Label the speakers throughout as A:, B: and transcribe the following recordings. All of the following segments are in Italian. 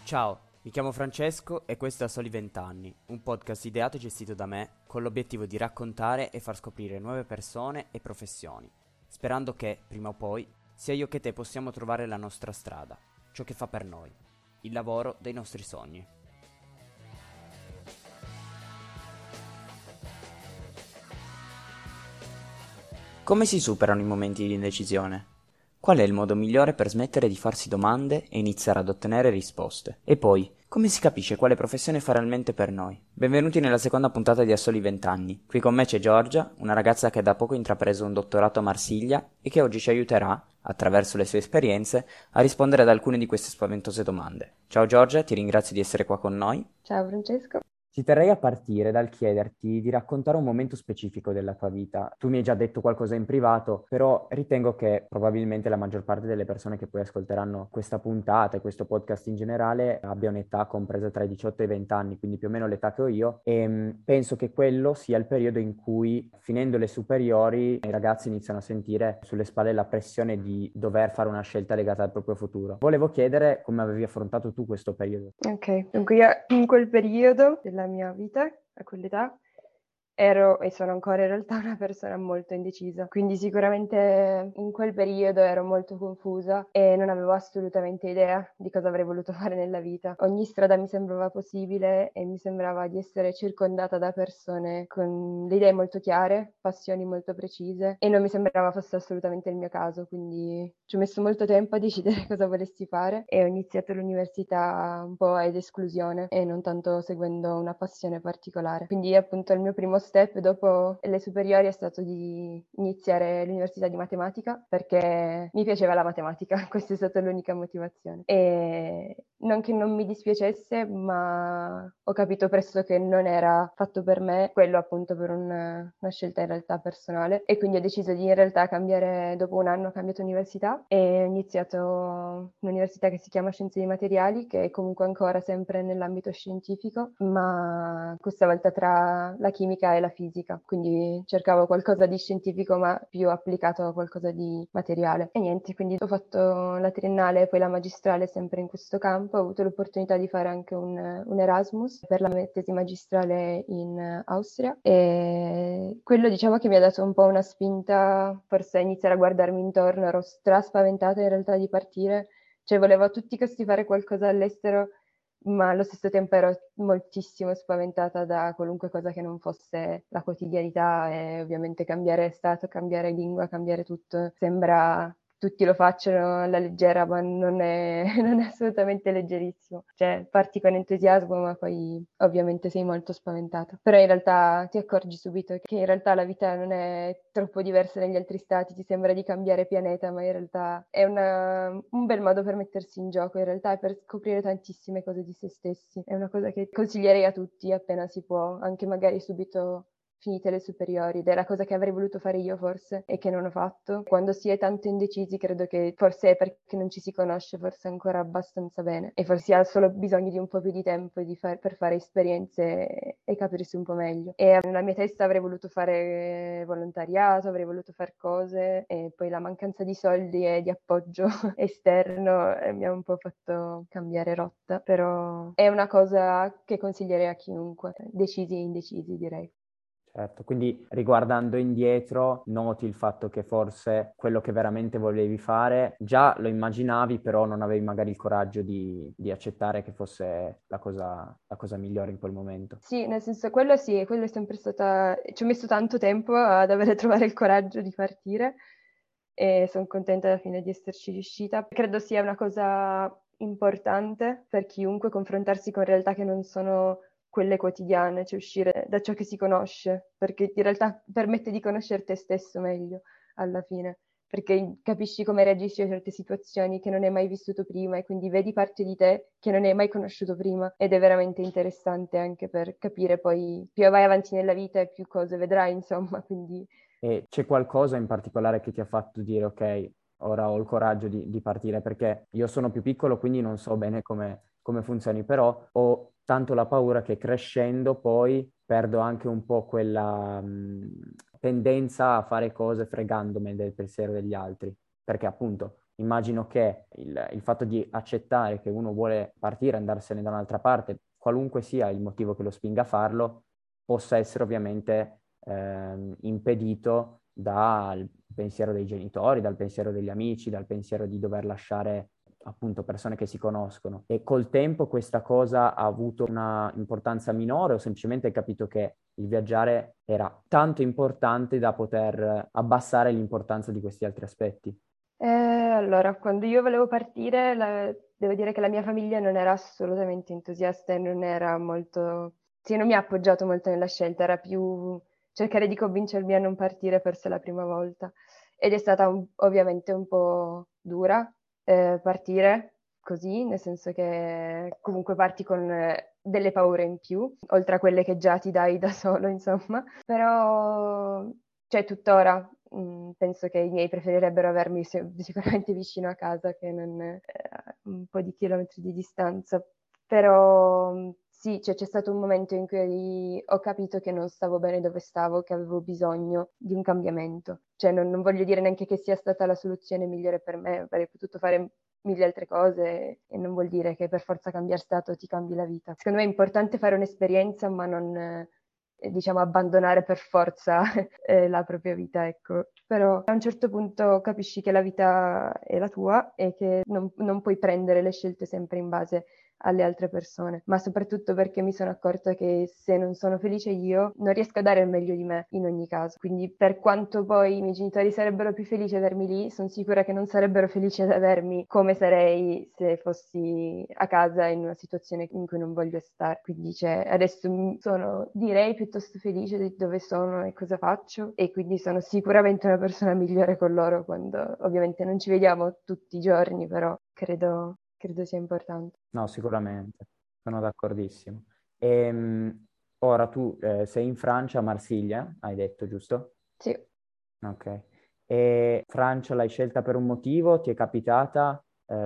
A: Ciao, mi chiamo Francesco e questo è A Soli 20 anni, un podcast ideato e gestito da me con l'obiettivo di raccontare e far scoprire nuove persone e professioni, sperando che, prima o poi, sia io che te possiamo trovare la nostra strada, ciò che fa per noi, il lavoro dei nostri sogni. Come si superano i momenti di indecisione? Qual è il modo migliore per smettere di farsi domande e iniziare ad ottenere risposte? E poi, come si capisce quale professione fa realmente per noi? Benvenuti nella seconda puntata di A Soli 20 anni. Qui con me c'è Giorgia, una ragazza che da poco ha intrapreso un dottorato a Marsiglia e che oggi ci aiuterà, attraverso le sue esperienze, a rispondere ad alcune di queste spaventose domande. Ciao Giorgia, ti ringrazio di essere qua con noi.
B: Ciao Francesco.
A: Ci terrei a partire dal chiederti di raccontare un momento specifico della tua vita. Tu mi hai già detto qualcosa in privato, però ritengo che probabilmente la maggior parte delle persone che poi ascolteranno questa puntata e questo podcast in generale abbia un'età compresa tra i 18 e i 20 anni, quindi più o meno l'età che ho io, e penso che quello sia il periodo in cui, finendo le superiori, i ragazzi iniziano a sentire sulle spalle la pressione di dover fare una scelta legata al proprio futuro. Volevo chiedere come avevi affrontato tu questo periodo.
B: Ok, dunque io in quel periodo della mia vita, a quell'età, ero e sono ancora in realtà una persona molto indecisa, quindi sicuramente in quel periodo ero molto confusa e non avevo assolutamente idea di cosa avrei voluto fare nella vita. Ogni strada mi sembrava possibile e mi sembrava di essere circondata da persone con le idee molto chiare, passioni molto precise e non mi sembrava fosse assolutamente il mio caso, quindi ci ho messo molto tempo a decidere cosa volessi fare e ho iniziato l'università un po' ad esclusione e non tanto seguendo una passione particolare. Quindi appunto il mio primo step dopo le superiori è stato di iniziare l'università di matematica perché mi piaceva la matematica, questa è stata l'unica motivazione. E non che non mi dispiacesse, ma ho capito presto che non era fatto per me, quello appunto per una scelta in realtà personale e quindi ho deciso di in realtà cambiare, dopo un anno ho cambiato università e ho iniziato un'università che si chiama Scienze dei Materiali, che è comunque ancora sempre nell'ambito scientifico, ma questa volta tra la chimica e la fisica, quindi cercavo qualcosa di scientifico ma più applicato a qualcosa di materiale. E niente, quindi ho fatto la triennale e poi la magistrale sempre in questo campo, ho avuto l'opportunità di fare anche un Erasmus per la mia tesi magistrale in Austria e quello diciamo che mi ha dato un po' una spinta, forse a iniziare a guardarmi intorno, ero straspaventata in realtà di partire, cioè volevo a tutti i costi fare qualcosa all'estero, ma allo stesso tempo ero moltissimo spaventata da qualunque cosa che non fosse la quotidianità e ovviamente cambiare stato, cambiare lingua, cambiare tutto. Sembra tutti lo facciano alla leggera, ma non è, non è assolutamente leggerissimo. Cioè, parti con entusiasmo, ma poi ovviamente sei molto spaventata. Però in realtà ti accorgi subito che in realtà la vita non è troppo diversa negli altri stati, ti sembra di cambiare pianeta, ma in realtà è un bel modo per mettersi in gioco, in realtà è per scoprire tantissime cose di se stessi. È una cosa che consiglierei a tutti appena si può, anche magari subito finite le superiori, ed è la cosa che avrei voluto fare io forse e che non ho fatto. Quando si è tanto indecisi credo che forse è perché non ci si conosce forse ancora abbastanza bene e forse si ha solo bisogno di un po' più di tempo per fare esperienze e capirsi un po' meglio. E nella mia testa avrei voluto fare volontariato, avrei voluto fare cose e poi la mancanza di soldi e di appoggio esterno mi ha un po' fatto cambiare rotta, però è una cosa che consiglierei a chiunque, decisi e indecisi direi.
A: Certo, quindi riguardando indietro, noti il fatto che forse quello che veramente volevi fare già lo immaginavi, però non avevi magari il coraggio di accettare che fosse la cosa migliore in quel momento.
B: Sì, nel senso, quello sì, quello è sempre stata... Ci ho messo tanto tempo ad avere trovare il coraggio di partire e sono contenta alla fine di esserci riuscita. Credo sia una cosa importante per chiunque confrontarsi con realtà che non sono quelle quotidiane, cioè uscire da ciò che si conosce, perché in realtà permette di conoscere te stesso meglio alla fine, perché capisci come reagisci a certe situazioni che non hai mai vissuto prima e quindi vedi parte di te che non hai mai conosciuto prima ed è veramente interessante anche per capire poi più vai avanti nella vita e più cose vedrai, insomma, quindi
A: E c'è qualcosa in particolare che ti ha fatto dire, ok, ora ho il coraggio di partire, perché io sono più piccolo, quindi non so bene come funzioni, però ho tanto la paura che crescendo poi perdo anche un po' quella tendenza a fare cose fregandomi del pensiero degli altri, perché appunto immagino che il fatto di accettare che uno vuole partire, andarsene da un'altra parte, qualunque sia il motivo che lo spinga a farlo, possa essere ovviamente impedito dal pensiero dei genitori, dal pensiero degli amici, dal pensiero di dover lasciare appunto persone che si conoscono. E col tempo questa cosa ha avuto una importanza minore o semplicemente hai capito che il viaggiare era tanto importante da poter abbassare l'importanza di questi altri aspetti?
B: Allora, quando io volevo partire, devo dire che la mia famiglia non era assolutamente entusiasta e non era molto... Sì, non mi ha appoggiato molto nella scelta, era più cercare di convincermi a non partire forse la prima volta. Ed è stata ovviamente un po' dura partire così, nel senso che comunque parti con delle paure in più, oltre a quelle che già ti dai da solo, insomma. Però, cioè, tuttora penso che i miei preferirebbero avermi sicuramente vicino a casa che non un po' di chilometri di distanza. Però sì, cioè, c'è stato un momento in cui ho capito che non stavo bene dove stavo, che avevo bisogno di un cambiamento. Cioè, non voglio dire neanche che sia stata la soluzione migliore per me, avrei potuto fare mille altre cose e non vuol dire che per forza cambiare stato ti cambi la vita. Secondo me è importante fare un'esperienza, ma non, diciamo, abbandonare per forza la propria vita, ecco. Però a un certo punto capisci che la vita è la tua e che non puoi prendere le scelte sempre in base alle altre persone, ma soprattutto perché mi sono accorta che se non sono felice io, non riesco a dare il meglio di me in ogni caso. Quindi per quanto poi i miei genitori sarebbero più felici ad avermi lì, sono sicura che non sarebbero felici ad avermi come sarei se fossi a casa in una situazione in cui non voglio stare. Quindi adesso sono, direi, piuttosto felice di dove sono e cosa faccio e quindi sono sicuramente una persona migliore con loro quando ovviamente non ci vediamo tutti i giorni, però credo sia importante.
A: No, sicuramente, sono d'accordissimo. Ora tu sei in Francia, a Marsiglia, hai detto, giusto?
B: Sì.
A: Ok. E Francia l'hai scelta per un motivo? Ti è capitata?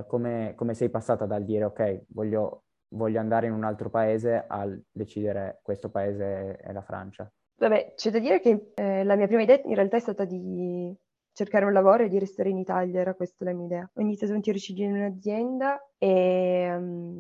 A: Come sei passata dal dire ok, voglio andare in un altro paese al decidere questo paese è la Francia?
B: Vabbè, c'è da dire che la mia prima idea in realtà è stata di cercare un lavoro e di restare in Italia, era questa la mia idea. Ho iniziato un tirocinio in un'azienda e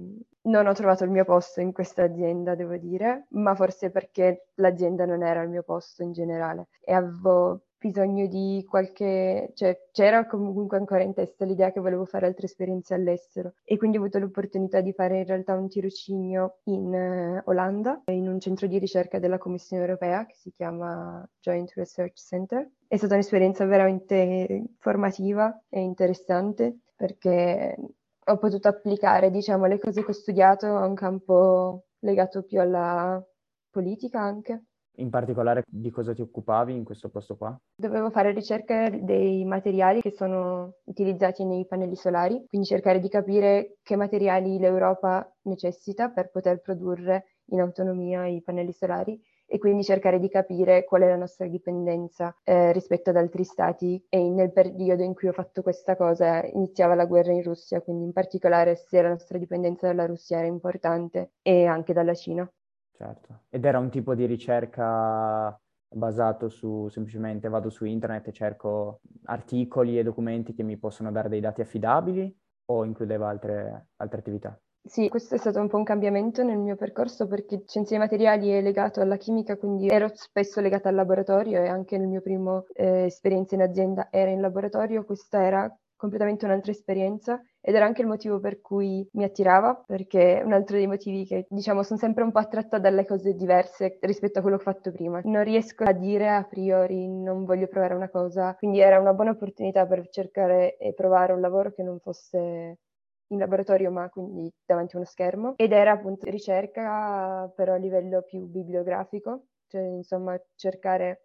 B: non ho trovato il mio posto in questa azienda, devo dire, ma forse perché l'azienda non era il mio posto in generale e avevo bisogno di qualche, cioè c'era comunque ancora in testa l'idea che volevo fare altre esperienze all'estero e quindi ho avuto l'opportunità di fare in realtà un tirocinio in Olanda, in un centro di ricerca della Commissione europea che si chiama Joint Research Center. È stata un'esperienza veramente formativa e interessante perché ho potuto applicare, diciamo, le cose che ho studiato a un campo legato più alla politica anche.
A: In particolare di cosa ti occupavi in questo posto qua?
B: Dovevo fare ricerca dei materiali che sono utilizzati nei pannelli solari, quindi cercare di capire che materiali l'Europa necessita per poter produrre in autonomia i pannelli solari e quindi cercare di capire qual è la nostra dipendenza rispetto ad altri stati e nel periodo in cui ho fatto questa cosa iniziava la guerra in Russia, quindi in particolare se la nostra dipendenza dalla Russia era importante e anche dalla Cina.
A: Certo. Ed era un tipo di ricerca basato su semplicemente vado su internet e cerco articoli e documenti che mi possono dare dei dati affidabili o includeva altre attività?
B: Sì, questo è stato un po' un cambiamento nel mio percorso perché scienze dei materiali è legato alla chimica, quindi ero spesso legata al laboratorio e anche nel mio primo esperienza in azienda era in laboratorio, questa era completamente un'altra esperienza ed era anche il motivo per cui mi attirava, perché è un altro dei motivi che, diciamo, sono sempre un po' attratta dalle cose diverse rispetto a quello che ho fatto prima. Non riesco a dire a priori non voglio provare una cosa, quindi era una buona opportunità per cercare e provare un lavoro che non fosse in laboratorio, ma quindi davanti a uno schermo, ed era appunto ricerca però a livello più bibliografico, cioè insomma cercare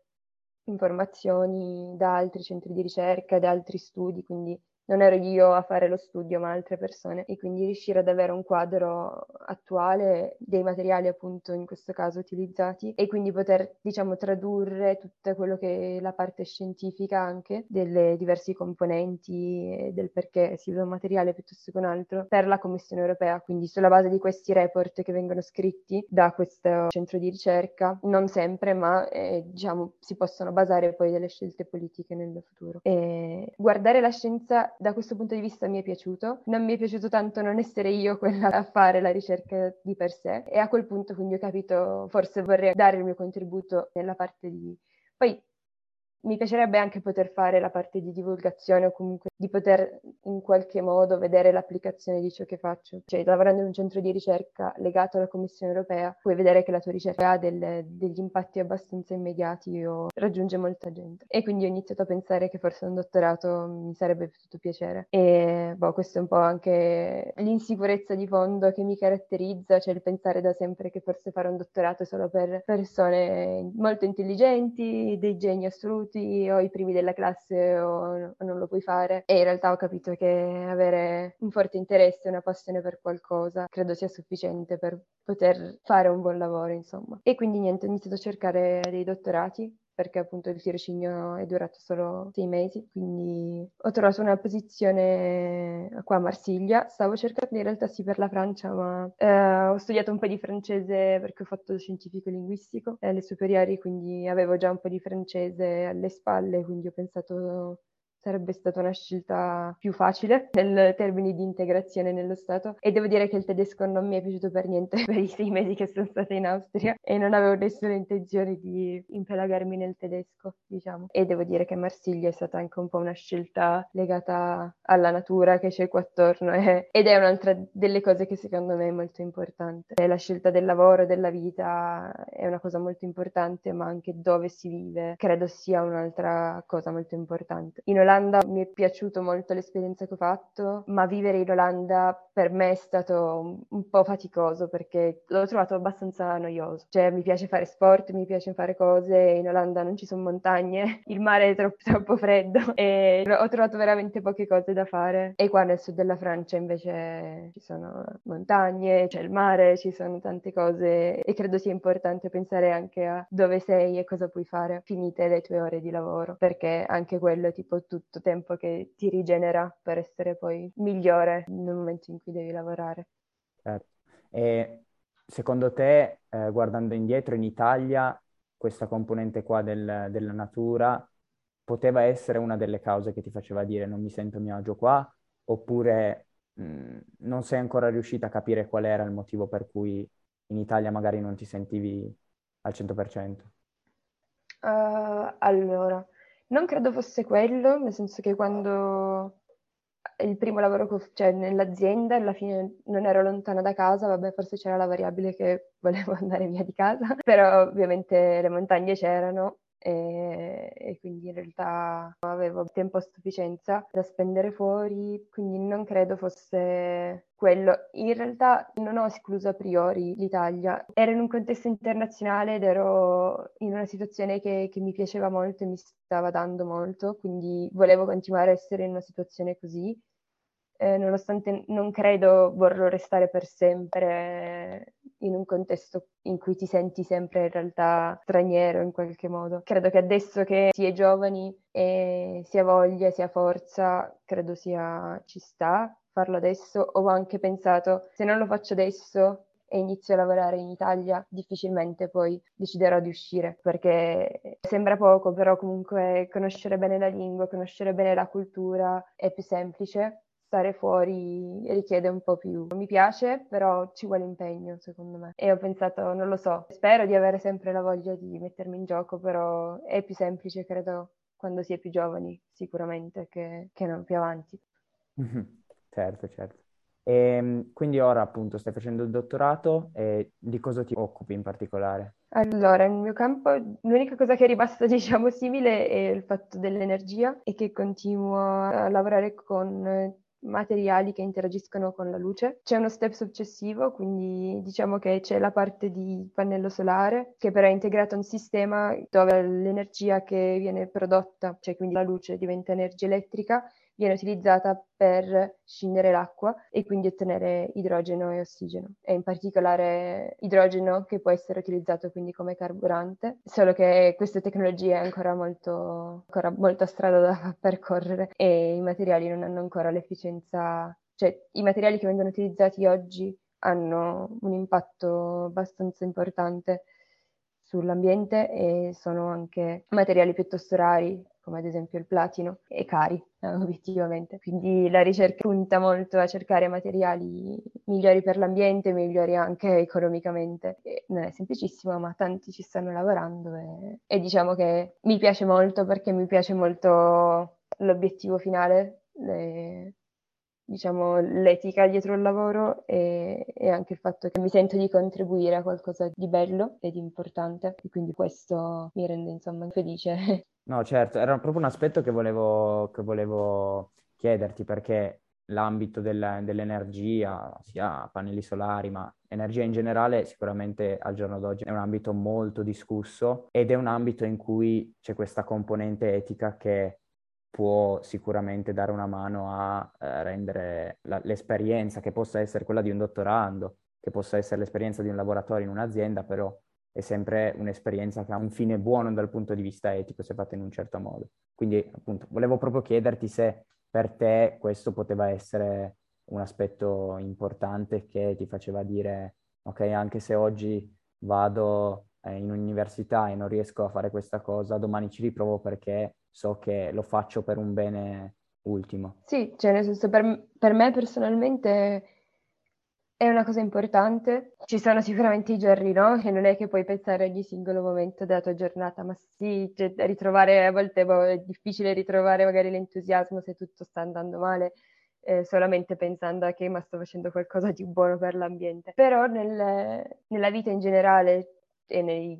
B: informazioni da altri centri di ricerca, da altri studi, quindi non ero io a fare lo studio, ma altre persone, e quindi riuscire ad avere un quadro attuale dei materiali appunto in questo caso utilizzati e quindi poter, diciamo, tradurre tutto quello che è la parte scientifica anche delle diversi componenti e del perché si usa un materiale piuttosto che un altro per la Commissione europea, quindi sulla base di questi report che vengono scritti da questo centro di ricerca, non sempre, ma diciamo si possono basare poi delle scelte politiche nel futuro. E guardare la scienza da questo punto di vista mi è piaciuto. Non mi è piaciuto tanto non essere io quella a fare la ricerca di per sé, e a quel punto quindi ho capito, forse vorrei dare il mio contributo nella parte di... Poi mi piacerebbe anche poter fare la parte di divulgazione, o comunque di poter in qualche modo vedere l'applicazione di ciò che faccio. Cioè, lavorando in un centro di ricerca legato alla Commissione europea, puoi vedere che la tua ricerca ha degli impatti abbastanza immediati o raggiunge molta gente. E quindi ho iniziato a pensare che forse un dottorato mi sarebbe potuto piacere. E questo è un po' anche l'insicurezza di fondo che mi caratterizza, cioè il pensare da sempre che forse fare un dottorato è solo per persone molto intelligenti, dei geni assoluti, o i primi della classe, o non lo puoi fare. E in realtà ho capito che avere un forte interesse e una passione per qualcosa credo sia sufficiente per poter fare un buon lavoro, insomma. E quindi niente, ho iniziato a cercare dei dottorati, perché appunto il tirocinio è durato solo 6 mesi, quindi ho trovato una posizione qua a Marsiglia. Stavo cercando in realtà sì per la Francia, ma ho studiato un po' di francese perché ho fatto scientifico linguistico alle superiori, quindi avevo già un po' di francese alle spalle, quindi ho pensato sarebbe stata una scelta più facile nel termini di integrazione nello Stato. E devo dire che il tedesco non mi è piaciuto per niente per i 6 mesi che sono stata in Austria, e non avevo nessuna intenzione di impelagarmi nel tedesco, diciamo. E devo dire che Marsiglia è stata anche un po' una scelta legata alla natura che c'è qua attorno, ed è un'altra delle cose che secondo me è molto importante. La scelta del lavoro, della vita è una cosa molto importante, ma anche dove si vive credo sia un'altra cosa molto importante. In Olanda mi è piaciuto molto l'esperienza che ho fatto, ma vivere in Olanda per me è stato un po' faticoso perché l'ho trovato abbastanza noioso. Cioè, mi piace fare sport, mi piace fare cose, in Olanda non ci sono montagne, il mare è troppo freddo e ho trovato veramente poche cose da fare. E qua nel sud della Francia invece ci sono montagne, c'è il mare, ci sono tante cose, e credo sia importante pensare anche a dove sei e cosa puoi fare finite le tue ore di lavoro, perché anche quello è tipo tutto tempo che ti rigenera per essere poi migliore nel momento in cui devi lavorare.
A: Certo. E secondo te, guardando indietro in Italia, questa componente qua della natura poteva essere una delle cause che ti faceva dire non mi sento a mio agio qua, oppure non sei ancora riuscita a capire qual era il motivo per cui in Italia magari non ti sentivi al 100%?
B: Allora, non credo fosse quello, nel senso che quando il primo lavoro cioè nell'azienda, alla fine non ero lontana da casa, vabbè, forse c'era la variabile che volevo andare via di casa, però ovviamente le montagne c'erano, e quindi in realtà avevo tempo a sufficienza da spendere fuori, quindi non credo fosse quello. In realtà non ho escluso a priori l'Italia. Ero in un contesto internazionale ed ero in una situazione che mi piaceva molto e mi stava dando molto, quindi volevo continuare a essere in una situazione così. Nonostante non credo vorrò restare per sempre in un contesto in cui ti senti sempre in realtà straniero in qualche modo. Credo che adesso che si è giovani e si ha voglia, si ha forza, credo ci sta farlo adesso. Ho anche pensato, se non lo faccio adesso e inizio a lavorare in Italia, difficilmente poi deciderò di uscire, perché sembra poco, però comunque conoscere bene la lingua, conoscere bene la cultura è più semplice. Stare fuori richiede un po' più. Mi piace, però ci vuole impegno, secondo me. E ho pensato, non lo so, spero di avere sempre la voglia di mettermi in gioco, però è più semplice, credo, quando si è più giovani, sicuramente, che non più avanti.
A: Mhm. Certo, certo. E quindi ora appunto stai facendo il dottorato e di cosa ti occupi in particolare?
B: Allora, nel mio campo l'unica cosa che è rimasta, diciamo, simile è il fatto dell'energia, e che continuo a lavorare con materiali che interagiscono con la luce. C'è uno step successivo, quindi diciamo che c'è la parte di pannello solare, che però è integrata a un sistema dove l'energia che viene prodotta, cioè quindi la luce diventa energia elettrica, viene utilizzata per scindere l'acqua e quindi ottenere idrogeno e ossigeno, e in particolare idrogeno che può essere utilizzato quindi come carburante, solo che questa tecnologia è ancora molta strada da percorrere, e i materiali non hanno ancora l'efficienza, cioè i materiali che vengono utilizzati oggi hanno un impatto abbastanza importante sull'ambiente e sono anche materiali piuttosto rari, come ad esempio il platino, e cari, obiettivamente. Quindi la ricerca punta molto a cercare materiali migliori per l'ambiente, migliori anche economicamente. E non è semplicissimo, ma tanti ci stanno lavorando e diciamo che mi piace molto perché mi piace molto l'obiettivo finale, diciamo, l'etica dietro il lavoro e anche il fatto che mi sento di contribuire a qualcosa di bello e di importante, e quindi questo mi rende insomma felice.
A: No, certo, era proprio un aspetto che volevo chiederti, perché l'ambito dell'energia, sia pannelli solari, ma energia in generale, sicuramente al giorno d'oggi è un ambito molto discusso ed è un ambito in cui c'è questa componente etica che può sicuramente dare una mano a rendere l'esperienza, che possa essere quella di un dottorando, che possa essere l'esperienza di un laboratorio in un'azienda, però è sempre un'esperienza che ha un fine buono dal punto di vista etico, se fatta in un certo modo. Quindi, appunto, volevo proprio chiederti se per te questo poteva essere un aspetto importante che ti faceva dire, ok, anche se oggi vado in università e non riesco a fare questa cosa, domani ci riprovo perché so che lo faccio per un bene ultimo.
B: Sì, cioè nel senso per me personalmente è una cosa importante. Ci sono sicuramente i giorni, no? E non è che puoi pensare a ogni singolo momento della tua giornata, ma sì, cioè, ritrovare a volte è difficile ritrovare magari l'entusiasmo se tutto sta andando male, solamente pensando a che ma sto facendo qualcosa di buono per l'ambiente. Però nella vita in generale e nel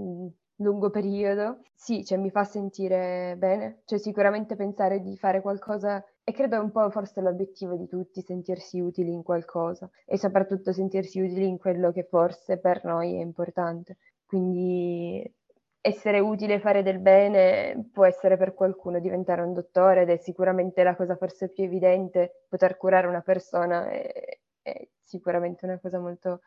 B: lungo periodo, sì, cioè mi fa sentire bene. Cioè sicuramente pensare di fare qualcosa, e credo è un po' forse l'obiettivo di tutti, sentirsi utili in qualcosa e soprattutto sentirsi utili in quello che forse per noi è importante. Quindi essere utile, fare del bene può essere per qualcuno diventare un dottore ed è sicuramente la cosa forse più evidente, poter curare una persona è sicuramente una cosa molto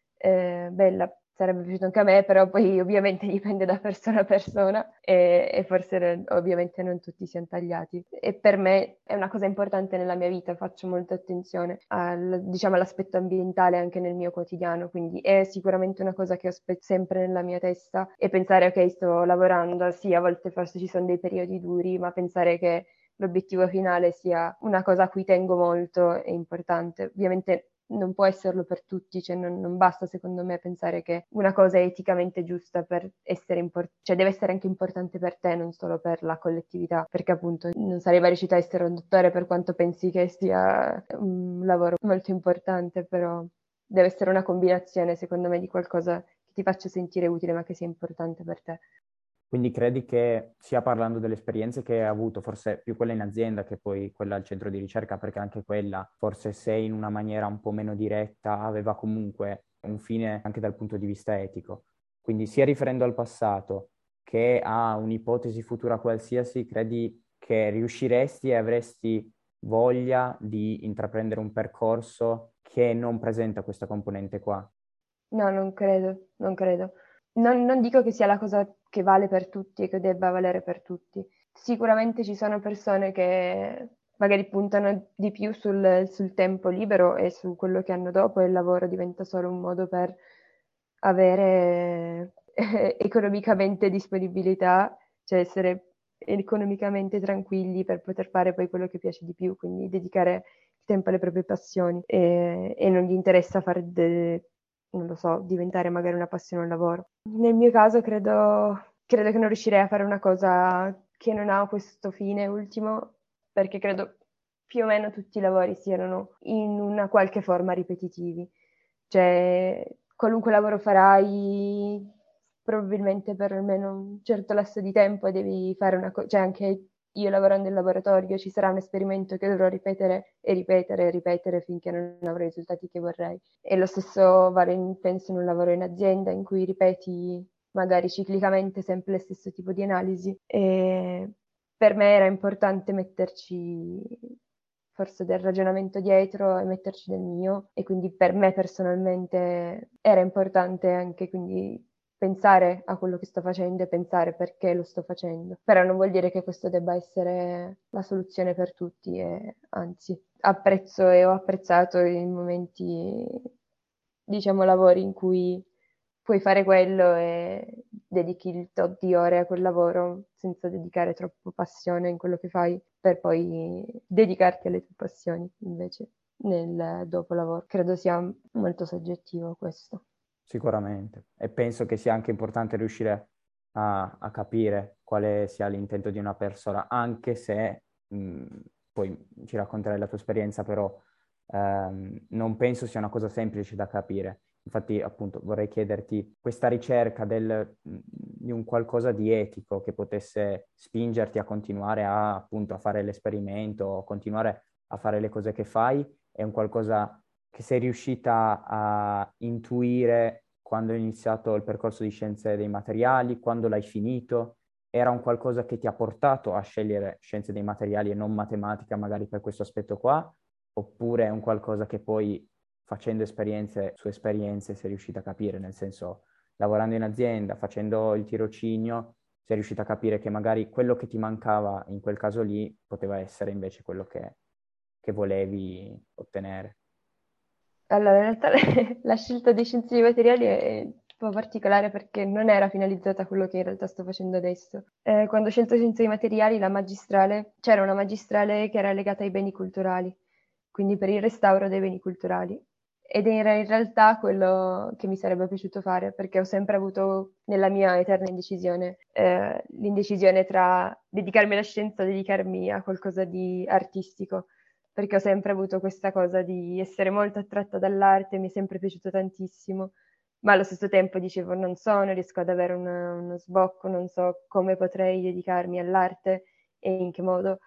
B: bella. Sarebbe piaciuto anche a me, però poi ovviamente dipende da persona a persona e forse ovviamente non tutti siano tagliati. E per me è una cosa importante nella mia vita, faccio molta attenzione diciamo, all'aspetto ambientale anche nel mio quotidiano, quindi è sicuramente una cosa che ho sempre nella mia testa e pensare, ok, sto lavorando, sì, a volte forse ci sono dei periodi duri, ma pensare che l'obiettivo finale sia una cosa a cui tengo molto è importante. Ovviamente non può esserlo per tutti, cioè non basta secondo me pensare che una cosa è eticamente giusta per essere importante, cioè deve essere anche importante per te, non solo per la collettività, perché appunto non sarei mai riuscita a essere un dottore per quanto pensi che sia un lavoro molto importante, però deve essere una combinazione secondo me di qualcosa che ti faccia sentire utile ma che sia importante per te.
A: Quindi credi che, sia parlando delle esperienze che hai avuto, forse più quella in azienda che poi quella al centro di ricerca, perché anche quella, forse se in una maniera un po' meno diretta, aveva comunque un fine anche dal punto di vista etico. Quindi sia riferendo al passato che a un'ipotesi futura qualsiasi, credi che riusciresti e avresti voglia di intraprendere un percorso che non presenta questa componente qua?
B: No, non credo, non credo. Non dico che sia la cosa che vale per tutti e che debba valere per tutti. Sicuramente ci sono persone che magari puntano di più sul tempo libero e su quello che hanno dopo e il lavoro diventa solo un modo per avere economicamente disponibilità, cioè essere economicamente tranquilli per poter fare poi quello che piace di più, quindi dedicare il tempo alle proprie passioni e non gli interessa fare non lo so, diventare magari una passione o un lavoro. Nel mio caso credo che non riuscirei a fare una cosa che non ha questo fine ultimo, perché credo più o meno tutti i lavori siano in una qualche forma ripetitivi. Cioè, qualunque lavoro farai, probabilmente per almeno un certo lasso di tempo devi fare una cosa, cioè anche io lavorando in laboratorio ci sarà un esperimento che dovrò ripetere e ripetere e ripetere finché non avrò i risultati che vorrei. E lo stesso vale, penso, in un lavoro in azienda in cui ripeti magari ciclicamente sempre lo stesso tipo di analisi. E per me era importante metterci forse del ragionamento dietro e metterci del mio e quindi per me personalmente era importante anche quindi pensare a quello che sto facendo e pensare perché lo sto facendo. Però non vuol dire che questo debba essere la soluzione per tutti e anzi apprezzo e ho apprezzato i momenti, diciamo, lavori in cui puoi fare quello dedichi il tot di ore a quel lavoro senza dedicare troppo passione in quello che fai per poi dedicarti alle tue passioni invece nel dopolavoro. Credo sia molto soggettivo questo.
A: Sicuramente. E penso che sia anche importante riuscire a capire quale sia l'intento di una persona, anche se poi ci racconterai la tua esperienza, però non penso sia una cosa semplice da capire. Infatti, appunto, vorrei chiederti questa ricerca di un qualcosa di etico che potesse spingerti a continuare appunto, a fare l'esperimento, a continuare a fare le cose che fai, è un qualcosa che sei riuscita a intuire quando hai iniziato il percorso di scienze dei materiali, quando l'hai finito? Era un qualcosa che ti ha portato a scegliere scienze dei materiali e non matematica, magari per questo aspetto qua? Oppure è un qualcosa che poi facendo esperienze su esperienze sei riuscita a capire, nel senso, lavorando in azienda, facendo il tirocinio, sei riuscita a capire che magari quello che ti mancava in quel caso lì poteva essere invece quello che volevi ottenere.
B: Allora, in realtà la scelta dei scienze dei materiali è un po' particolare perché non era finalizzata a quello che in realtà sto facendo adesso. Quando ho scelto scienze dei materiali, la magistrale, c'era una magistrale che era legata ai beni culturali, quindi per il restauro dei beni culturali. Ed era in realtà quello che mi sarebbe piaciuto fare, perché ho sempre avuto nella mia eterna indecisione, l'indecisione tra dedicarmi alla scienza o dedicarmi a qualcosa di artistico perché ho sempre avuto questa cosa di essere molto attratta dall'arte, mi è sempre piaciuto tantissimo, ma allo stesso tempo dicevo non so, non riesco ad avere uno sbocco, non so come potrei dedicarmi all'arte e in che modo.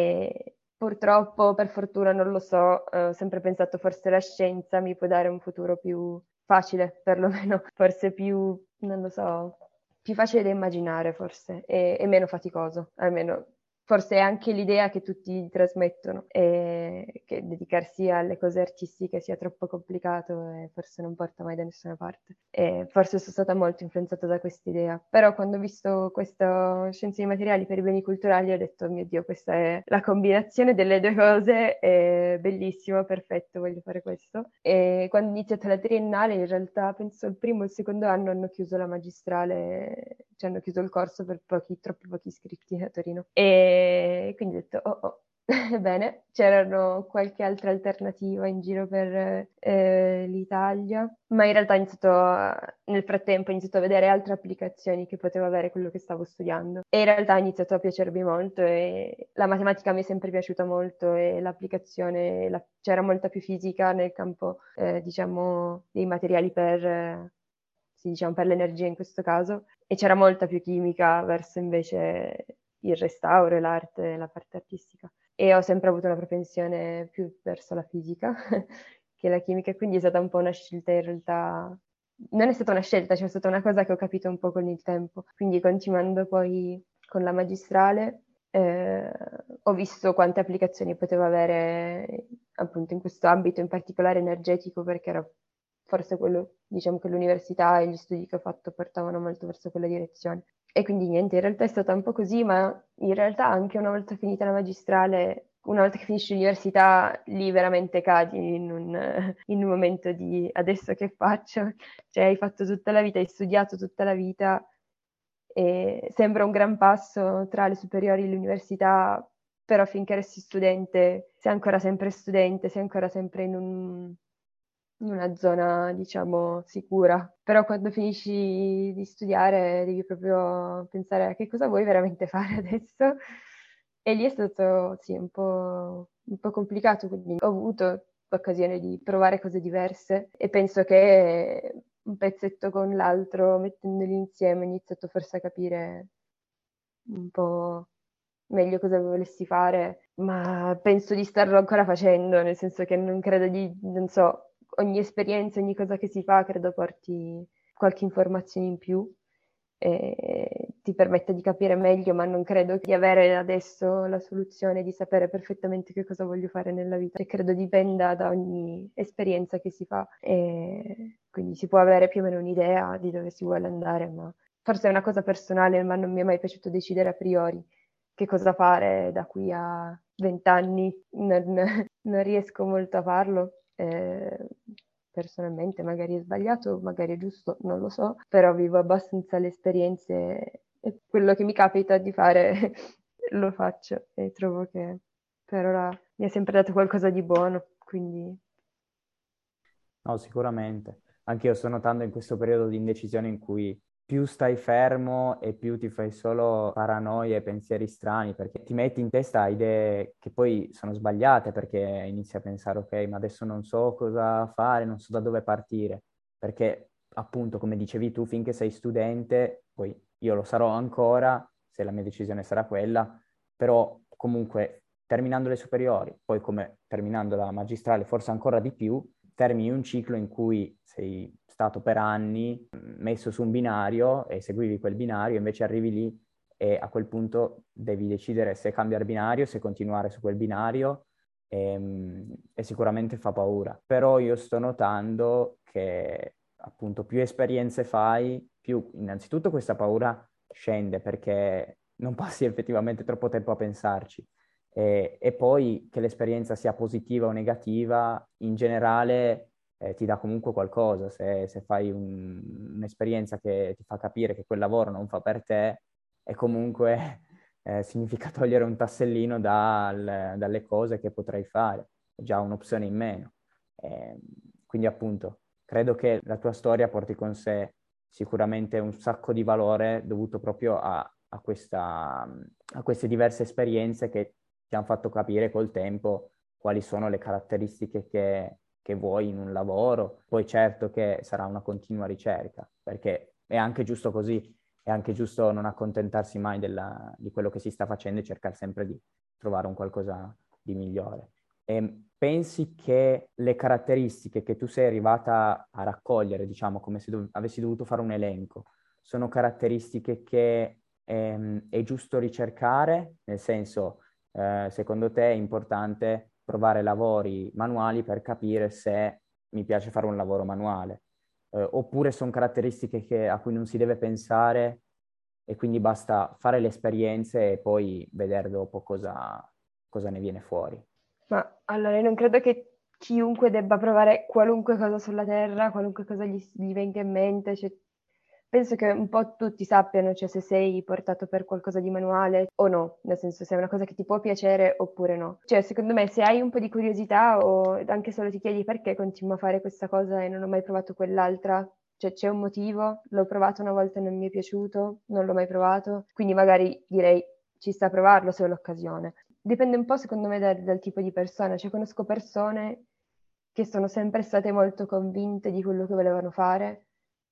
B: E purtroppo, per fortuna, non lo so, ho sempre pensato forse la scienza mi può dare un futuro più facile, perlomeno, forse più, non lo so, più facile da immaginare forse e meno faticoso, almeno forse è anche l'idea che tutti trasmettono e che dedicarsi alle cose artistiche sia troppo complicato e forse non porta mai da nessuna parte. E forse sono stata molto influenzata da quest'idea. Però quando ho visto questa scienze dei materiali per i beni culturali ho detto, mio Dio, questa è la combinazione delle due cose, è bellissimo, perfetto, voglio fare questo. E quando ho iniziato la triennale, in realtà penso il primo e il secondo anno hanno chiuso la magistrale, cioè hanno chiuso il corso per troppi pochi iscritti a Torino. E quindi ho detto, oh, oh. Bene, c'erano qualche altra alternativa in giro per l'Italia, ma in realtà nel frattempo ho iniziato a vedere altre applicazioni che potevo avere quello che stavo studiando e in realtà ha iniziato a piacermi molto e la matematica mi è sempre piaciuta molto e l'applicazione, c'era molta più fisica nel campo, diciamo, dei materiali sì, diciamo, per l'energia in questo caso e c'era molta più chimica verso invece il restauro e l'arte, la parte artistica. E ho sempre avuto una propensione più verso la fisica che la chimica, e quindi è stata un po' una scelta in realtà. Non è stata una scelta, cioè è stata una cosa che ho capito un po' con il tempo. Quindi continuando poi con la magistrale, ho visto quante applicazioni potevo avere appunto in questo ambito, in particolare energetico, perché era forse quello, diciamo che l'università e gli studi che ho fatto portavano molto verso quella direzione. E quindi niente, in realtà è stata un po' così, ma in realtà anche una volta finita la magistrale, una volta che finisci l'università, lì veramente cadi in un momento di adesso che faccio? Cioè hai fatto tutta la vita, hai studiato tutta la vita e sembra un gran passo tra le superiori e l'università, però finché resti studente, sei ancora sempre studente, sei ancora sempre in una zona, diciamo, sicura. Però quando finisci di studiare devi proprio pensare a che cosa vuoi veramente fare adesso. E lì è stato, sì, un po' complicato, quindi ho avuto l'occasione di provare cose diverse e penso che un pezzetto con l'altro, mettendoli insieme, ho iniziato forse a capire un po' meglio cosa volessi fare, ma penso di starlo ancora facendo, nel senso che non credo non so, ogni esperienza, ogni cosa che si fa, credo porti qualche informazione in più e ti permette di capire meglio, ma non credo di avere adesso la soluzione di sapere perfettamente che cosa voglio fare nella vita. E credo dipenda da ogni esperienza che si fa e quindi si può avere più o meno un'idea di dove si vuole andare, ma forse è una cosa personale, ma non mi è mai piaciuto decidere a priori che cosa fare da qui a 20 anni, non riesco molto a farlo, personalmente, magari è sbagliato, magari è giusto, non lo so, però vivo abbastanza le esperienze e quello che mi capita di fare lo faccio e trovo che per ora mi ha sempre dato qualcosa di buono, quindi
A: No, sicuramente. Anche io sto notando in questo periodo di indecisione in cui più stai fermo e più ti fai solo paranoie e pensieri strani, perché ti metti in testa idee che poi sono sbagliate, perché inizi a pensare, ok, ma adesso non so cosa fare, non so da dove partire, perché appunto, come dicevi tu, finché sei studente, poi io lo sarò ancora, se la mia decisione sarà quella, però comunque terminando le superiori, poi come terminando la magistrale, forse ancora di più, termini un ciclo in cui sei stato per anni messo su un binario e seguivi quel binario, invece arrivi lì e a quel punto devi decidere se cambiare binario, se continuare su quel binario e sicuramente fa paura. Però io sto notando che appunto più esperienze fai, più innanzitutto questa paura scende perché non passi effettivamente troppo tempo a pensarci. E poi che l'esperienza sia positiva o negativa, in generale ti dà comunque qualcosa. Se fai un'esperienza che ti fa capire che quel lavoro non fa per te, è comunque significa togliere un tassellino dalle cose che potrai fare, è già un'opzione in meno. Eh, quindi appunto, credo che la tua storia porti con sé sicuramente un sacco di valore dovuto proprio a queste diverse esperienze che ti hanno fatto capire col tempo quali sono le caratteristiche che vuoi in un lavoro. Poi certo che sarà una continua ricerca, perché è anche giusto così, è anche giusto non accontentarsi mai di quello che si sta facendo e cercare sempre di trovare un qualcosa di migliore. E pensi che le caratteristiche che tu sei arrivata a raccogliere, diciamo, come se avessi dovuto fare un elenco, sono caratteristiche che è giusto ricercare, nel senso, secondo te è importante provare lavori manuali per capire se mi piace fare un lavoro manuale, oppure sono caratteristiche a cui non si deve pensare e quindi basta fare le esperienze e poi vedere dopo cosa ne viene fuori.
B: ma allora io non credo che chiunque debba provare qualunque cosa sulla Terra, qualunque cosa gli venga in mente, cioè, penso che un po' tutti sappiano, cioè, se sei portato per qualcosa di manuale o no, nel senso se è una cosa che ti può piacere oppure no. Cioè, secondo me, se hai un po' di curiosità o anche solo ti chiedi perché continuo a fare questa cosa e non ho mai provato quell'altra, cioè c'è un motivo, l'ho provato una volta e non mi è piaciuto, non l'ho mai provato, quindi magari direi ci sta a provarlo se ho l'occasione. Dipende un po', secondo me, dal tipo di persona. Cioè, conosco persone che sono sempre state molto convinte di quello che volevano fare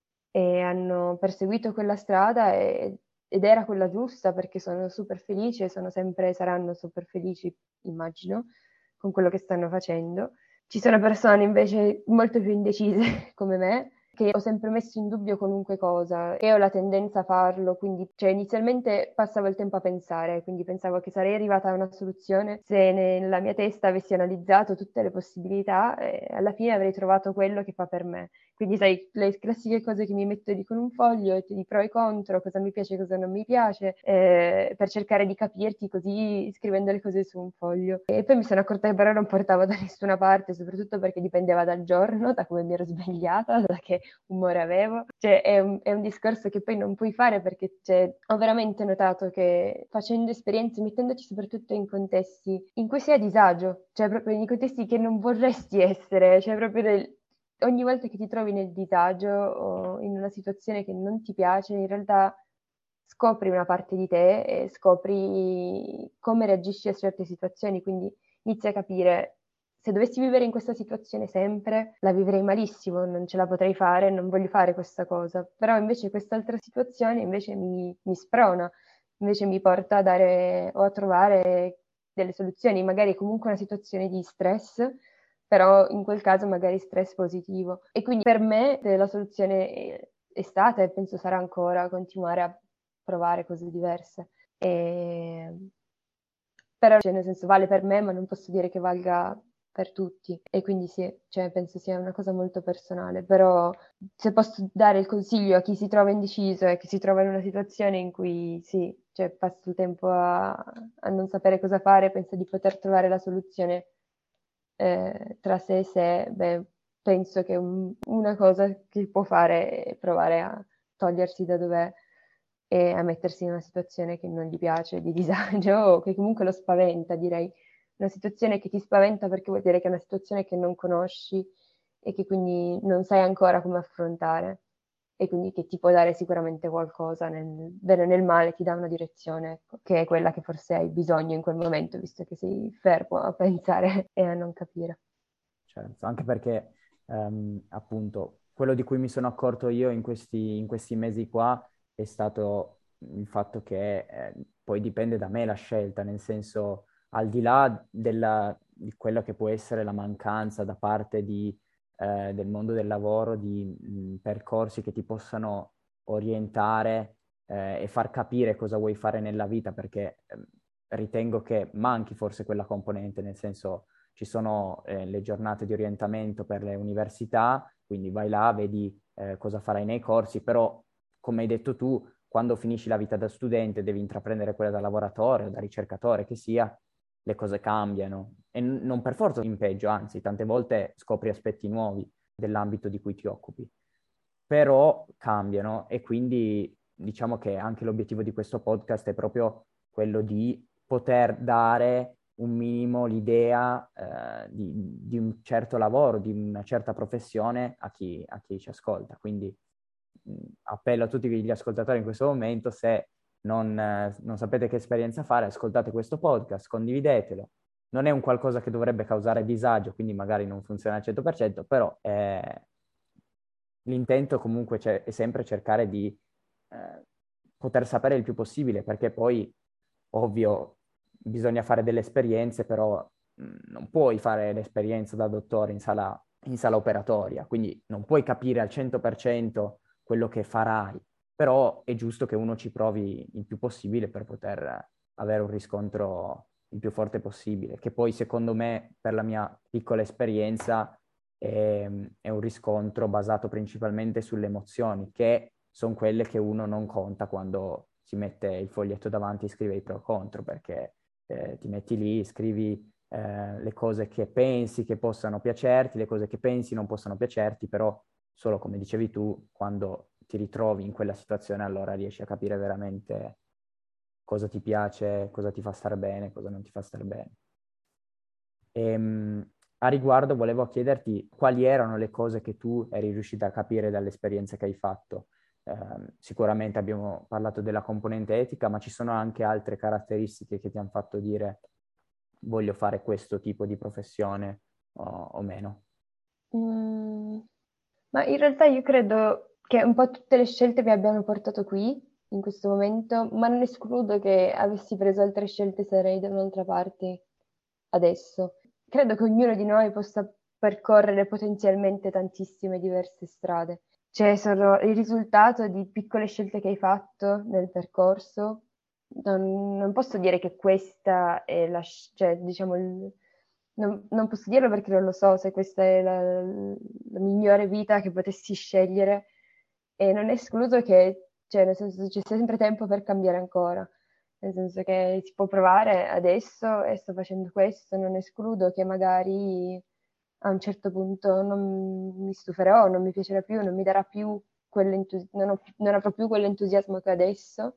B: e hanno perseguito quella strada ed era quella giusta perché sono super felici e saranno super felici, immagino, con quello che stanno facendo. Ci sono persone invece molto più indecise come me, che ho sempre messo in dubbio qualunque cosa e ho la tendenza a farlo, quindi cioè, inizialmente passavo il tempo a pensare, quindi pensavo che sarei arrivata a una soluzione se nella mia testa avessi analizzato tutte le possibilità e alla fine avrei trovato quello che fa per me. Quindi sai, le classiche cose che mi metto lì con un foglio, di pro e contro, cosa mi piace e cosa non mi piace, per cercare di capirti così scrivendo le cose su un foglio. E poi mi sono accorta che però non portavo da nessuna parte, soprattutto perché dipendeva dal giorno, da come mi ero svegliata, da che umore avevo. Cioè, è un discorso che poi non puoi fare perché cioè, ho veramente notato che facendo esperienze, mettendoci soprattutto in contesti in cui sei a disagio, cioè proprio in contesti che non vorresti essere, cioè proprio ogni volta che ti trovi nel disagio o in una situazione che non ti piace, in realtà scopri una parte di te e scopri come reagisci a certe situazioni, quindi inizi a capire se dovessi vivere in questa situazione sempre, la vivrei malissimo, non ce la potrei fare, non voglio fare questa cosa. Però invece quest'altra situazione invece mi sprona, invece mi porta a dare o a trovare delle soluzioni, magari comunque una situazione di stress, però in quel caso magari stress positivo. E quindi per me la soluzione è stata e penso sarà ancora continuare a provare cose diverse. Però, cioè, nel senso, vale per me, ma non posso dire che valga per tutti. E quindi sì, cioè, penso sia una cosa molto personale. Però se posso dare il consiglio a chi si trova indeciso e che si trova in una situazione in cui sì, cioè, passa il tempo a non sapere cosa fare, pensa di poter trovare la soluzione tra sé e sé, beh, penso che una cosa che può fare è provare a togliersi da dov'è e a mettersi in una situazione che non gli piace, di disagio, o che comunque lo spaventa, direi. Una situazione che ti spaventa perché vuol dire che è una situazione che non conosci e che quindi non sai ancora come affrontare e quindi che ti può dare sicuramente qualcosa, nel bene o nel male, ti dà una direzione, ecco, che è quella che forse hai bisogno in quel momento, visto che sei fermo a pensare e a non capire.
A: Certo, anche perché appunto quello di cui mi sono accorto io in questi mesi qua è stato il fatto che poi dipende da me la scelta, nel senso al di là di quello che può essere la mancanza da parte del mondo del lavoro, di percorsi che ti possano orientare e far capire cosa vuoi fare nella vita, perché ritengo che manchi forse quella componente, nel senso ci sono le giornate di orientamento per le università, quindi vai là, vedi cosa farai nei corsi, però come hai detto tu, quando finisci la vita da studente devi intraprendere quella da lavoratore o da ricercatore che sia, le cose cambiano e non per forza in peggio, anzi tante volte scopri aspetti nuovi dell'ambito di cui ti occupi, però cambiano e quindi diciamo che anche l'obiettivo di questo podcast è proprio quello di poter dare un minimo l'idea di un certo lavoro, di una certa professione a chi ci ascolta. Quindi appello a tutti gli ascoltatori in questo momento, se non sapete che esperienza fare, ascoltate questo podcast, condividetelo. Non è un qualcosa che dovrebbe causare disagio, quindi magari non funziona al 100%, però l'intento comunque è sempre cercare di poter sapere il più possibile, perché poi, ovvio, bisogna fare delle esperienze, però non puoi fare l'esperienza da dottore in sala operatoria, quindi non puoi capire al 100% quello che farai, però è giusto che uno ci provi il più possibile per poter avere un riscontro il più forte possibile, che poi secondo me, per la mia piccola esperienza, è un riscontro basato principalmente sulle emozioni, che sono quelle che uno non conta quando si mette il foglietto davanti e scrive i pro e contro, perché ti metti lì, scrivi le cose che pensi che possano piacerti, le cose che pensi non possono piacerti, però solo come dicevi tu, quando ti ritrovi in quella situazione, allora riesci a capire veramente cosa ti piace, cosa ti fa stare bene, cosa non ti fa stare bene. A riguardo volevo chiederti quali erano le cose che tu eri riuscita a capire dall'esperienza che hai fatto. Sicuramente abbiamo parlato della componente etica, ma ci sono anche altre caratteristiche che ti hanno fatto dire voglio fare questo tipo di professione o meno.
B: Mm, ma in realtà io credo che un po' tutte le scelte mi abbiano portato qui, in questo momento, ma non escludo che avessi preso altre scelte sarei da un'altra parte adesso. Credo che ognuno di noi possa percorrere potenzialmente tantissime diverse strade. Cioè, sono il risultato di piccole scelte che hai fatto nel percorso. Non posso dire che questa è cioè, diciamo, non posso dirlo perché non lo so se questa è la migliore vita che potessi scegliere e non è escluso che, cioè, nel senso, c'è sempre tempo per cambiare ancora. Nel senso che si può provare adesso e sto facendo questo, non escludo che magari a un certo punto non mi stuferò, non mi piacerà più, non mi darà più non avrò più quell'entusiasmo che ho adesso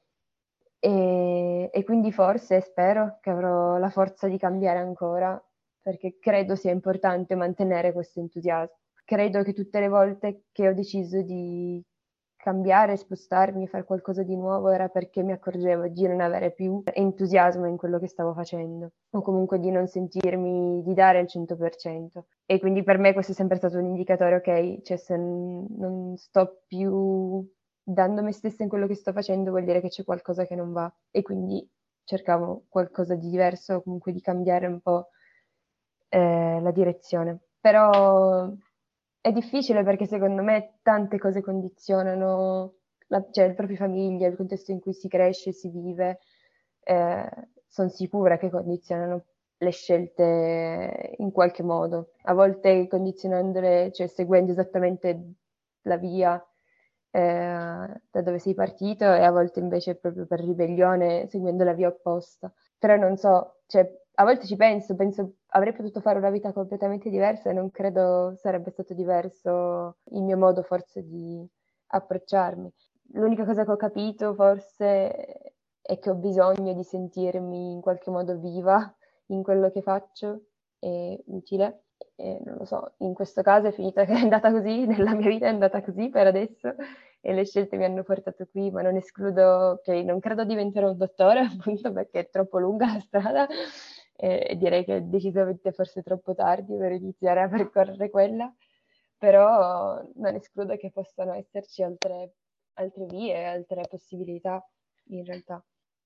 B: e quindi forse spero che avrò la forza di cambiare ancora perché credo sia importante mantenere questo entusiasmo. Credo che tutte le volte che ho deciso di cambiare, spostarmi, fare qualcosa di nuovo era perché mi accorgevo di non avere più entusiasmo in quello che stavo facendo o comunque di non sentirmi di dare il 100%. E quindi per me questo è sempre stato un indicatore, ok, cioè se non sto più dando me stessa in quello che sto facendo vuol dire che c'è qualcosa che non va e quindi cercavo qualcosa di diverso o comunque di cambiare un po' la direzione. Però è difficile perché secondo me tante cose condizionano cioè, le proprie famiglie, il contesto in cui si cresce, si vive, sono sicura che condizionano le scelte in qualche modo, a volte condizionandole, cioè seguendo esattamente la via da dove sei partito e a volte invece proprio per ribellione seguendo la via opposta. Però non so, cioè, a volte ci penso avrei potuto fare una vita completamente diversa e non credo sarebbe stato diverso il mio modo forse di approcciarmi. L'unica cosa che ho capito forse è che ho bisogno di sentirmi in qualche modo viva in quello che faccio e utile. E non lo so, in questo caso è finita che è andata così, nella mia vita è andata così per adesso e le scelte mi hanno portato qui, ma non escludo che non credo diventerò un dottore, appunto perché è troppo lunga la strada e direi che è decisamente forse troppo tardi per iniziare a percorrere quella, però non escludo che possano esserci altre vie, altre possibilità in realtà.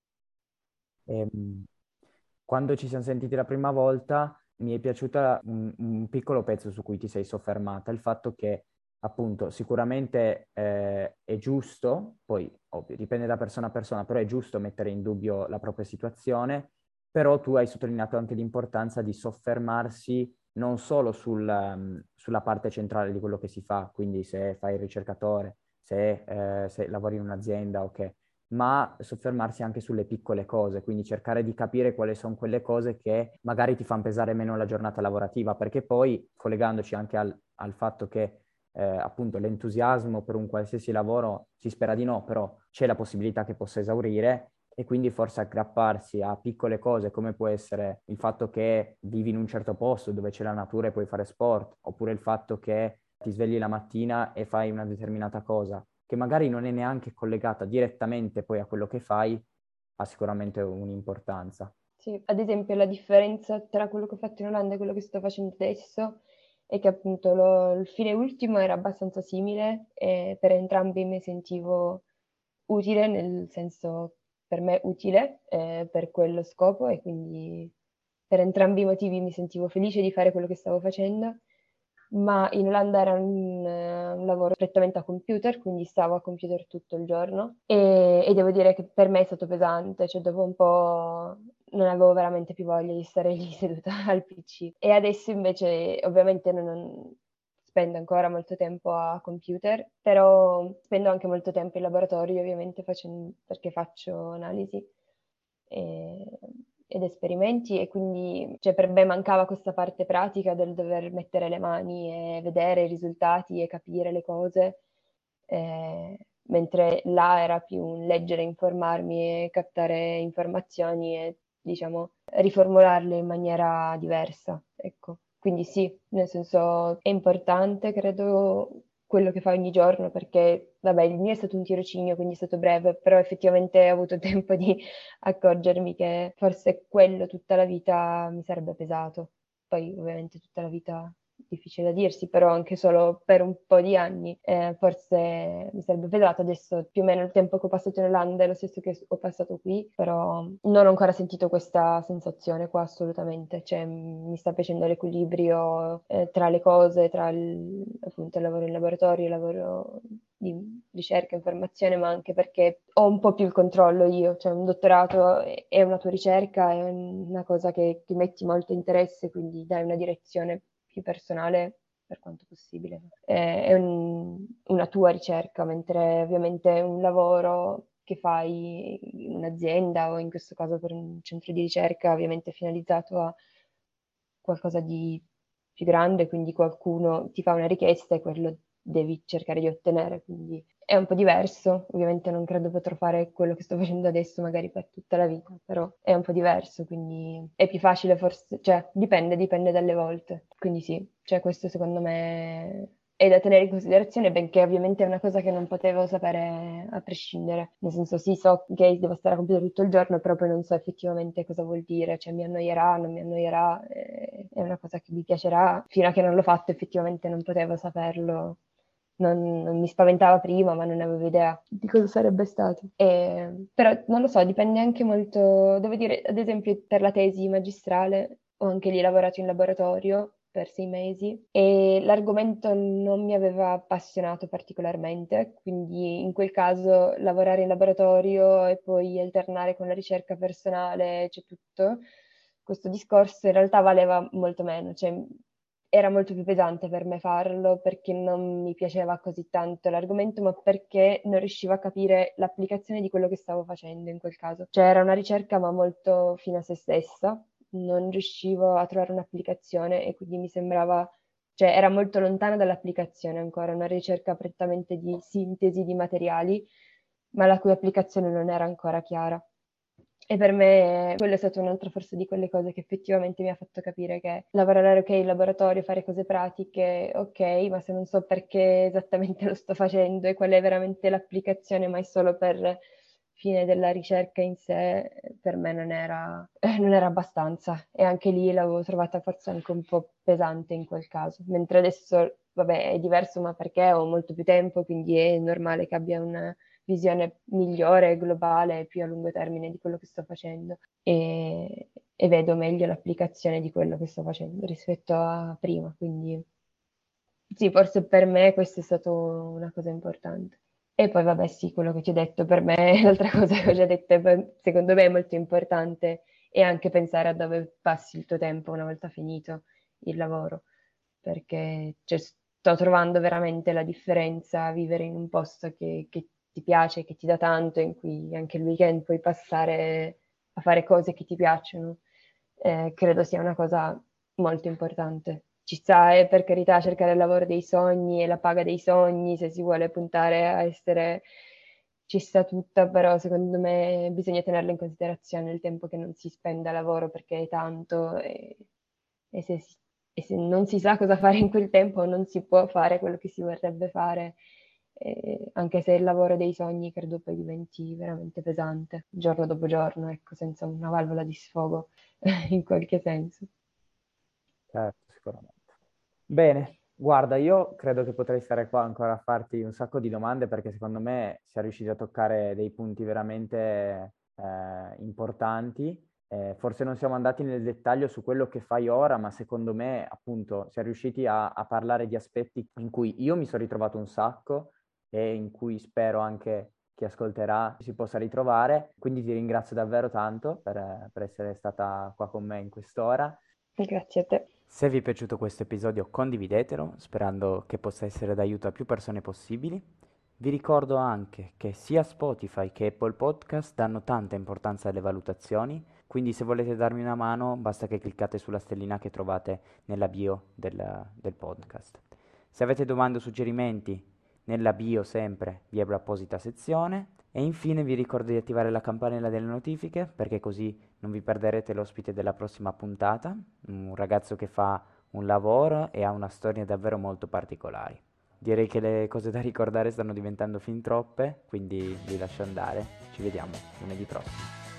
A: Ehm, Quando ci siamo sentiti la prima volta, mi è piaciuta un piccolo pezzo su cui ti sei soffermata, il fatto che appunto sicuramente è giusto, poi ovvio, dipende da persona a persona, però è giusto mettere in dubbio la propria situazione, però tu hai sottolineato anche l'importanza di soffermarsi non solo sulla parte centrale di quello che si fa, quindi se fai il ricercatore, se lavori in un'azienda, ok, ma soffermarsi anche sulle piccole cose, quindi cercare di capire quali sono quelle cose che magari ti fanno pesare meno la giornata lavorativa, perché poi collegandoci anche al fatto che appunto l'entusiasmo per un qualsiasi lavoro si spera di no, però c'è la possibilità che possa esaurire e quindi forse aggrapparsi a piccole cose come può essere il fatto che vivi in un certo posto dove c'è la natura e puoi fare sport, oppure il fatto che ti svegli la mattina e fai una determinata cosa che magari non è neanche collegata direttamente poi a quello che fai, ha sicuramente un'importanza.
B: Sì, ad esempio la differenza tra quello che ho fatto in Olanda e quello che sto facendo adesso è che appunto il fine ultimo era abbastanza simile e per entrambi mi sentivo utile, nel senso per me utile per quello scopo e quindi per entrambi i motivi mi sentivo felice di fare quello che stavo facendo, ma in Olanda era un lavoro prettamente a computer, quindi stavo a computer tutto il giorno e devo dire che per me è stato pesante, cioè dopo un po' non avevo veramente più voglia di stare lì seduta al PC. E adesso invece ovviamente non spendo ancora molto tempo a computer, però spendo anche molto tempo in laboratorio ovviamente perché faccio analisi e- ed esperimenti e quindi cioè, per me mancava questa parte pratica del dover mettere le mani e vedere i risultati e capire le cose, mentre là era più un leggere, informarmi e captare informazioni e diciamo riformularle in maniera diversa, ecco. Quindi sì, nel senso è importante, credo, quello che fai ogni giorno, perché, vabbè, il mio è stato un tirocinio, quindi è stato breve, però effettivamente ho avuto tempo di accorgermi che forse quello tutta la vita mi sarebbe pesato. Poi ovviamente tutta la vita difficile da dirsi, però anche solo per un po' di anni forse mi sarebbe pesato. Adesso più o meno il tempo che ho passato in Olanda è lo stesso che ho passato qui, però non ho ancora sentito questa sensazione qua assolutamente, cioè mi sta piacendo l'equilibrio tra le cose, appunto il lavoro in laboratorio, il lavoro di ricerca, informazione, ma anche perché ho un po' più il controllo io, cioè un dottorato è una tua ricerca, è una cosa che ti metti molto interesse, quindi dai una direzione più personale per quanto possibile. È una tua ricerca, mentre ovviamente un lavoro che fai in un'azienda o in questo caso per un centro di ricerca ovviamente finalizzato a qualcosa di più grande, quindi qualcuno ti fa una richiesta e quello devi cercare di ottenere, quindi è un po' diverso. Ovviamente non credo potrò fare quello che sto facendo adesso magari per tutta la vita, però è un po' diverso, quindi è più facile forse, cioè dipende dalle volte. Quindi sì, cioè questo secondo me è da tenere in considerazione, benché ovviamente è una cosa che non potevo sapere a prescindere. Nel senso, sì, so che devo stare a computer tutto il giorno, però poi non so effettivamente cosa vuol dire, cioè mi annoierà, non mi annoierà, è una cosa che mi piacerà. Fino a che non l'ho fatto effettivamente non potevo saperlo. Non mi spaventava prima, ma non avevo idea di cosa sarebbe stato. Però non lo so, dipende anche molto, devo dire, ad esempio per la tesi magistrale ho anche lì lavorato in laboratorio per 6 mesi e l'argomento non mi aveva appassionato particolarmente, quindi in quel caso lavorare in laboratorio e poi alternare con la ricerca personale, c'è tutto. Questo discorso in realtà valeva molto meno, cioè era molto più pesante per me farlo perché non mi piaceva così tanto l'argomento, ma perché non riuscivo a capire l'applicazione di quello che stavo facendo in quel caso. Cioè era una ricerca ma molto fine a se stessa non riuscivo a trovare un'applicazione e quindi mi sembrava, cioè era molto lontana dall'applicazione ancora, una ricerca prettamente di sintesi di materiali, ma la cui applicazione non era ancora chiara. E per me quello è stato un'altra forse di quelle cose che effettivamente mi ha fatto capire che lavorare ok in laboratorio, fare cose pratiche, ok, ma se non so perché esattamente lo sto facendo e qual è veramente l'applicazione, ma è solo per fine della ricerca in sé, per me non era abbastanza. E anche lì l'avevo trovata forse anche un po' pesante in quel caso. Mentre adesso, vabbè, è diverso, ma perché ho molto più tempo, quindi è normale che abbia una visione migliore, globale, più a lungo termine di quello che sto facendo e vedo meglio l'applicazione di quello che sto facendo rispetto a prima. Quindi sì, forse per me questa è stata una cosa importante. E poi vabbè sì, quello che ti ho detto, per me l'altra cosa che ho già detto, secondo me è molto importante, è anche pensare a dove passi il tuo tempo una volta finito il lavoro, perché cioè, sto trovando veramente la differenza a vivere in un posto che ti piace, che ti dà tanto, in cui anche il weekend puoi passare a fare cose che ti piacciono. Credo sia una cosa molto importante. Ci sta, per carità, cercare il lavoro dei sogni e la paga dei sogni, se si vuole puntare a essere, ci sta tutta, però secondo me bisogna tenerlo in considerazione il tempo che non si spende a lavoro perché è tanto e se, e se non si sa cosa fare in quel tempo non si può fare quello che si vorrebbe fare, anche se il lavoro dei sogni credo poi diventi veramente pesante, giorno dopo giorno, ecco, senza una valvola di sfogo in qualche senso.
A: Certo, sicuramente. Bene, guarda, io credo che potrei stare qua ancora a farti un sacco di domande perché secondo me siamo riusciti a toccare dei punti veramente importanti. Forse non siamo andati nel dettaglio su quello che fai ora, ma secondo me appunto siamo riusciti a parlare di aspetti in cui io mi sono ritrovato un sacco e in cui spero anche chi ascolterà si possa ritrovare. Quindi ti ringrazio davvero tanto per essere stata qua con me in quest'ora.
B: Grazie a te.
A: Se vi è piaciuto questo episodio condividetelo, sperando che possa essere d'aiuto a più persone possibili. Vi ricordo anche che sia Spotify che Apple Podcast danno tanta importanza alle valutazioni, quindi se volete darmi una mano basta che cliccate sulla stellina che trovate nella bio del podcast. Se avete domande o suggerimenti, nella bio sempre vi apro apposita sezione. E infine vi ricordo di attivare la campanella delle notifiche perché così non vi perderete l'ospite della prossima puntata, un ragazzo che fa un lavoro e ha una storia davvero molto particolare. Direi che le cose da ricordare stanno diventando fin troppe, quindi vi lascio andare. Ci vediamo lunedì prossimo.